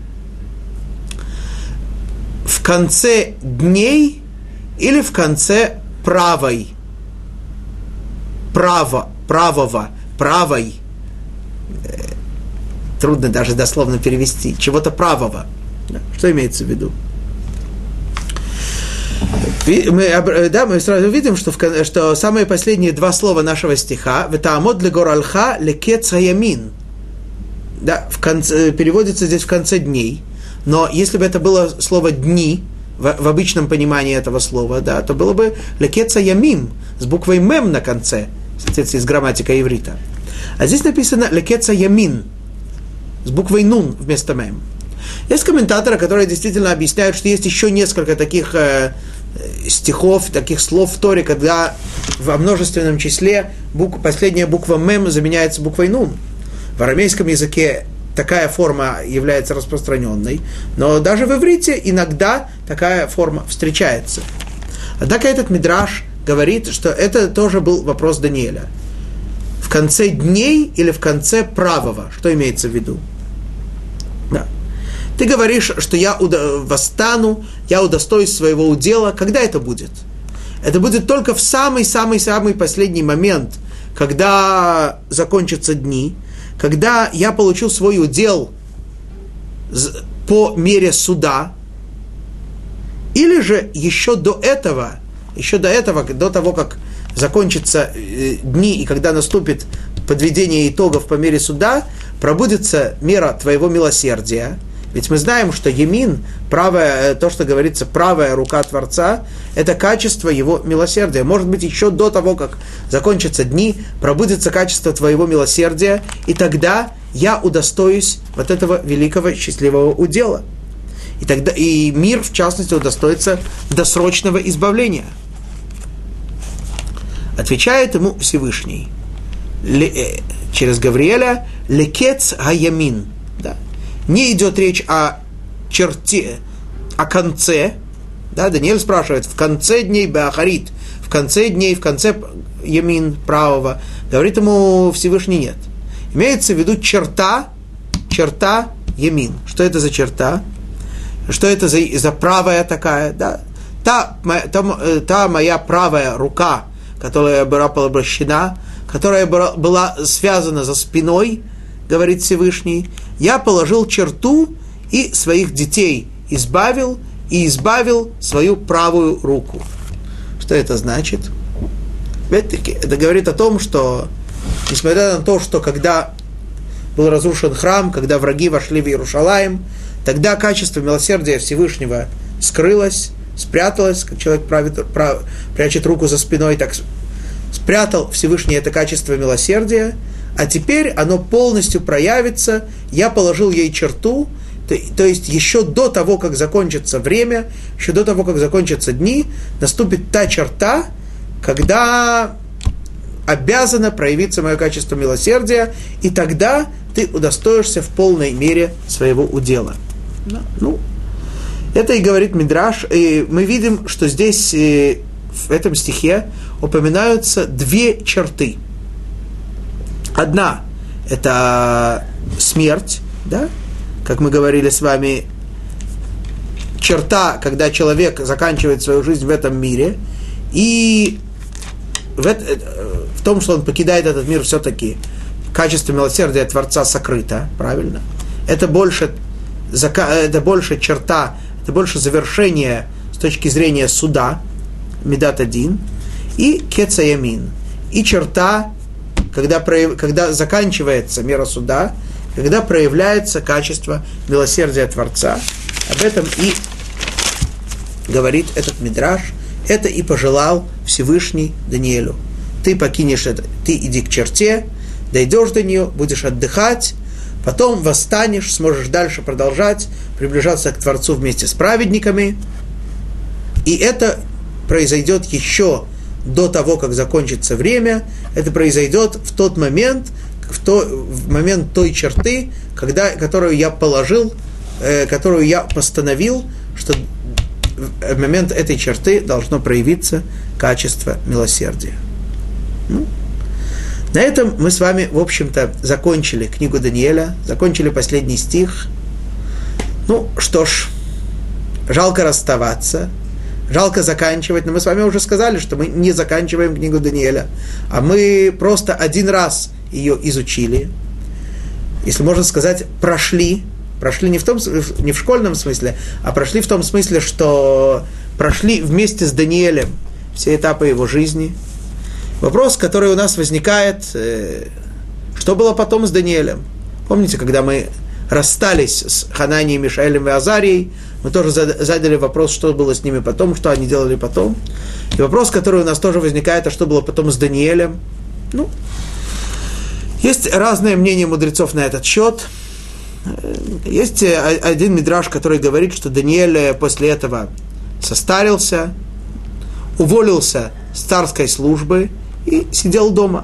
В конце дней или в конце правой? Правой. Трудно даже дословно перевести. Чего-то правого. Что имеется в виду? Мы сразу видим, что самые последние два слова нашего стиха «Ветаамод легоралха лекец хаямин». Да, переводится здесь в конце дней. Но если бы это было слово «дни», в обычном понимании этого слова, да, то было бы «лекец хаямим» с буквой «мем» на конце, в соответствии с грамматикой иврита. А здесь написано «лекец хаямин» с буквой «нун» вместо «мем». Есть комментаторы, которые действительно объясняют, что есть еще несколько таких стихов, таких слов в Торе, когда во множественном числе последняя буква «мем» заменяется буквой «нун». В арамейском языке такая форма является распространенной, но даже в иврите иногда такая форма встречается. Однако этот мидраш говорит, что это тоже был вопрос Даниэля. В конце дней или в конце правого? Что имеется в виду? Да. Ты говоришь, что я восстану, я удостоюсь своего удела. Когда это будет? Это будет только в самый-самый-самый последний момент, когда закончатся дни, когда я получу свой удел по мере суда, или же еще до того, как закончатся дни, и когда наступит подведение итогов по мере суда, пробудется мера твоего милосердия. Ведь мы знаем, что Емин, правая, то, что говорится, правая рука Творца, это качество его милосердия. Может быть, еще до того, как закончатся дни, пробудется качество твоего милосердия, и тогда я удостоюсь вот этого великого счастливого удела. И тогда и мир, в частности, удостоится досрочного избавления. Отвечает ему Всевышний через Гавриэля: «Лекец хаямин». Да. Не идет речь о черте, о конце. Да, Даниэль спрашивает: в конце дней беахарит, в конце дней, в конце ямин правого. Говорит ему Всевышний: нет. Имеется в виду черта ямин. Что это за черта? Что это за правая такая? Да? Та моя правая рука, которая была обращена, которая была связана за спиной, говорит Всевышний, я положил черту и своих детей избавил свою правую руку. Что это значит? Опять-таки, это говорит о том, что, несмотря на то, что когда был разрушен храм, когда враги вошли в Иерушалаим, тогда качество милосердия Всевышнего скрылось, спряталось, как человек прячет руку за спиной, так спрятал Всевышний это качество милосердия, а теперь оно полностью проявится, я положил ей черту, то есть еще до того, как закончится время, еще до того, как закончатся дни, наступит та черта, когда обязано проявиться мое качество милосердия, и тогда ты удостоишься в полной мере своего удела. Ну, это и говорит Мидраш, и мы видим, что здесь в этом стихе упоминаются две черты. Одна – это смерть, да? Как мы говорили с вами, черта, когда человек заканчивает свою жизнь в этом мире, и в том, что он покидает этот мир, все-таки качество милосердия Творца сокрыто, правильно? Это больше черта, это больше завершение с точки зрения суда, Медат один, и Кеца Ямин, и черта, когда заканчивается мера суда, когда проявляется качество милосердия Творца. Об этом и говорит этот мидраш, это и пожелал Всевышний Даниэлю. Ты покинешь это, ты иди к черте, дойдешь до нее, будешь отдыхать, потом восстанешь, сможешь дальше продолжать, приближаться к Творцу вместе с праведниками. И это произойдет еще до того, как закончится время, это произойдет в тот момент, в момент той черты, которую я положил, которую я постановил, что в момент этой черты должно проявиться качество милосердия. На этом мы с вами, в общем-то, закончили книгу Даниэля, закончили последний стих. Ну, что ж, жалко расставаться, жалко заканчивать, но мы с вами уже сказали, что мы не заканчиваем книгу Даниэля, а мы просто один раз ее изучили, если можно сказать, прошли не в школьном смысле, а прошли в том смысле, что прошли вместе с Даниэлем все этапы его жизни. Вопрос, который у нас возникает, что было потом с Даниэлем? Помните, когда мы расстались с Хананией, Мишаэлем и Азарией, мы тоже задали вопрос, что было с ними потом, что они делали потом. И вопрос, который у нас тоже возникает, а что было потом с Даниэлем? Есть разные мнения мудрецов на этот счет. Есть один мидраш, который говорит, что Даниэль после этого состарился, уволился с царской службы и сидел дома.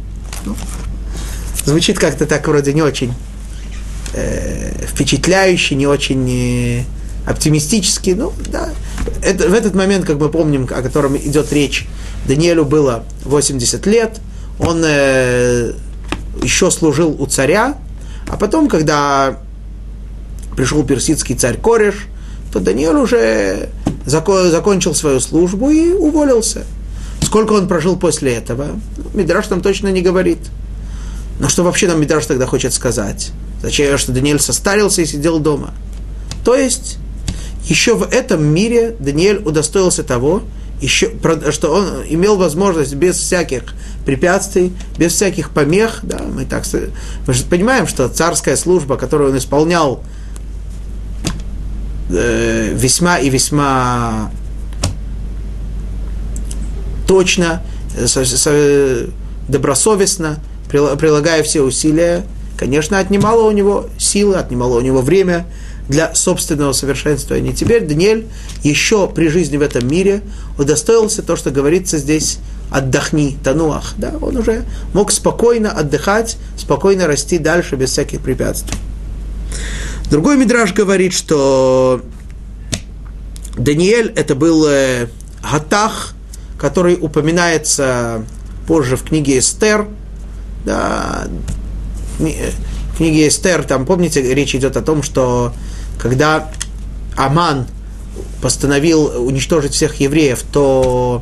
Звучит как-то так вроде не очень впечатляюще, не очень оптимистически. Ну, да. В этот момент, как мы помним, о котором идет речь, Даниэлю было 80 лет, он еще служил у царя, а потом, когда пришел персидский царь Кореш, то Даниэль уже закончил свою службу и уволился. Сколько он прожил после этого, мидраш нам точно не говорит. Но что вообще нам мидраш тогда хочет сказать? Зачем, что Даниэль состарился и сидел дома? То есть, еще в этом мире Даниэль удостоился того, что он имел возможность без всяких препятствий, без всяких помех. Да, мы же понимаем, что царская служба, которую он исполнял весьма и весьма точно, добросовестно, прилагая все усилия, конечно, отнимало у него силы, отнимало у него время для собственного совершенствования. Теперь Даниэль еще при жизни в этом мире удостоился то, что говорится здесь «отдохни, тануах». Да? Он уже мог спокойно отдыхать, спокойно расти дальше без всяких препятствий. Другой мидраш говорит, что Даниэль это был Гатах, который упоминается позже в книге Эстер. Да, в книге Эстер, там, помните, речь идет о том, что когда Аман постановил уничтожить всех евреев, то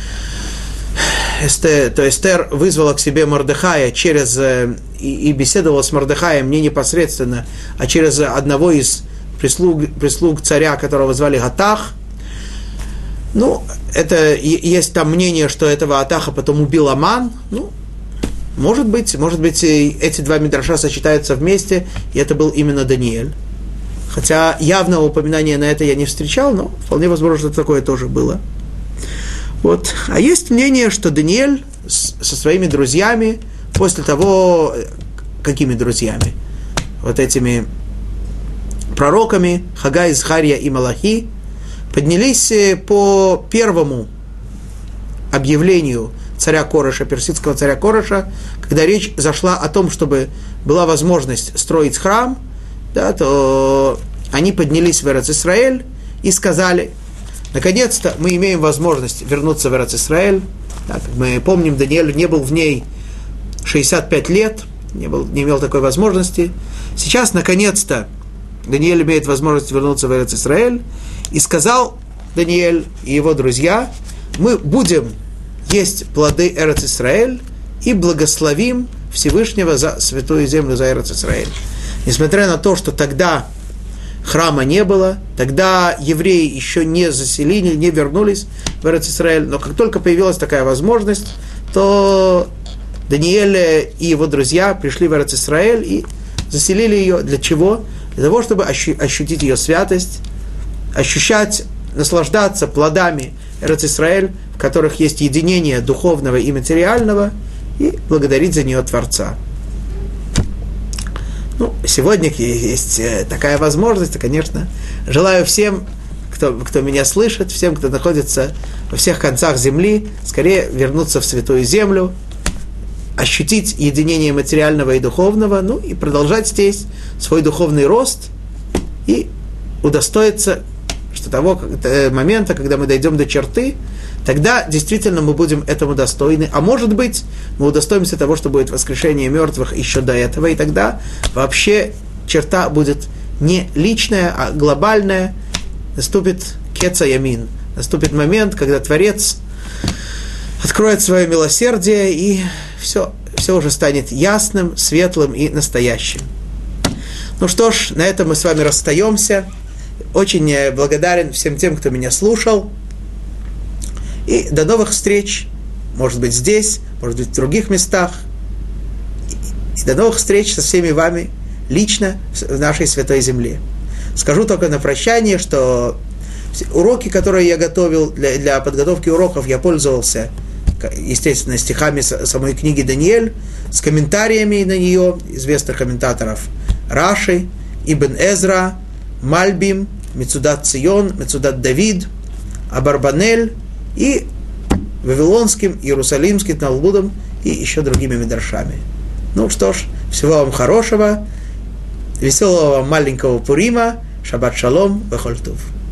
Эстер вызвала к себе Мордехая и беседовала с Мордехаем не непосредственно, а через одного из прислуг царя, которого звали Гатах. Ну, есть там мнение, что этого Гатаха потом убил Аман. Ну, может быть, эти два мидраша сочетаются вместе, и это был именно Даниэль. Хотя явного упоминания на это я не встречал, но вполне возможно, что такое тоже было. Вот. А есть мнение, что Даниэль со своими друзьями, после того, какими друзьями? Вот этими пророками, Хагай, Захария и Малахи, поднялись по первому объявлению царя Кореша, персидского царя Кореша, когда речь зашла о том, чтобы была возможность строить храм, да, то они поднялись в Эрец-Исраэль и сказали: наконец-то мы имеем возможность вернуться в Эрец-Исраэль. Да, как мы помним, Даниэль не был в ней 65 лет, не имел такой возможности. Сейчас, наконец-то, Даниэль имеет возможность вернуться в Эрец-Исраэль. И сказал Даниэль и его друзья: мы будем есть плоды Эрец-Исраэль и благословим Всевышнего за святую землю, за Эрец-Исраэль. Несмотря на то, что тогда храма не было, тогда евреи еще не заселили, не вернулись в Эрец-Исраэль, но как только появилась такая возможность, то Даниэль и его друзья пришли в Эрец-Исраэль и заселили ее. Для чего? Для того, чтобы ощутить ее святость, ощущать, наслаждаться плодами Эрец-Исраэль, в которых есть единение духовного и материального, и благодарить за нее Творца. Ну, сегодня есть такая возможность, и, конечно, желаю всем, кто меня слышит, всем, кто находится во всех концах земли, скорее вернуться в Святую Землю, ощутить единение материального и духовного, ну и продолжать здесь свой духовный рост и удостоиться того момента, когда мы дойдем до черты, тогда действительно мы будем этому достойны. А может быть, мы удостоимся того, что будет воскрешение мертвых еще до этого, и тогда вообще черта будет не личная, а глобальная. Наступит кеца ямин, наступит момент, когда Творец откроет свое милосердие, и все уже станет ясным, светлым и настоящим. Ну что ж, на этом мы с вами расстаемся. Очень благодарен всем тем, кто меня слушал. И до новых встреч. Может быть, здесь, может быть, в других местах. И до новых встреч со всеми вами лично в нашей Святой Земле. Скажу только на прощание, что уроки, которые я готовил, для подготовки уроков я пользовался, естественно, стихами самой книги Даниэль, с комментариями на нее известных комментаторов Раши Ибн Эзра, Мальбим, Мецудат Цион, Мецудат Давид, Абарбанель и Вавилонским, Иерусалимским Талмудом и еще другими мидрашами. Ну что ж, всего вам хорошего, веселого вам маленького Пурима, Шаббат шалом, вехоль тув.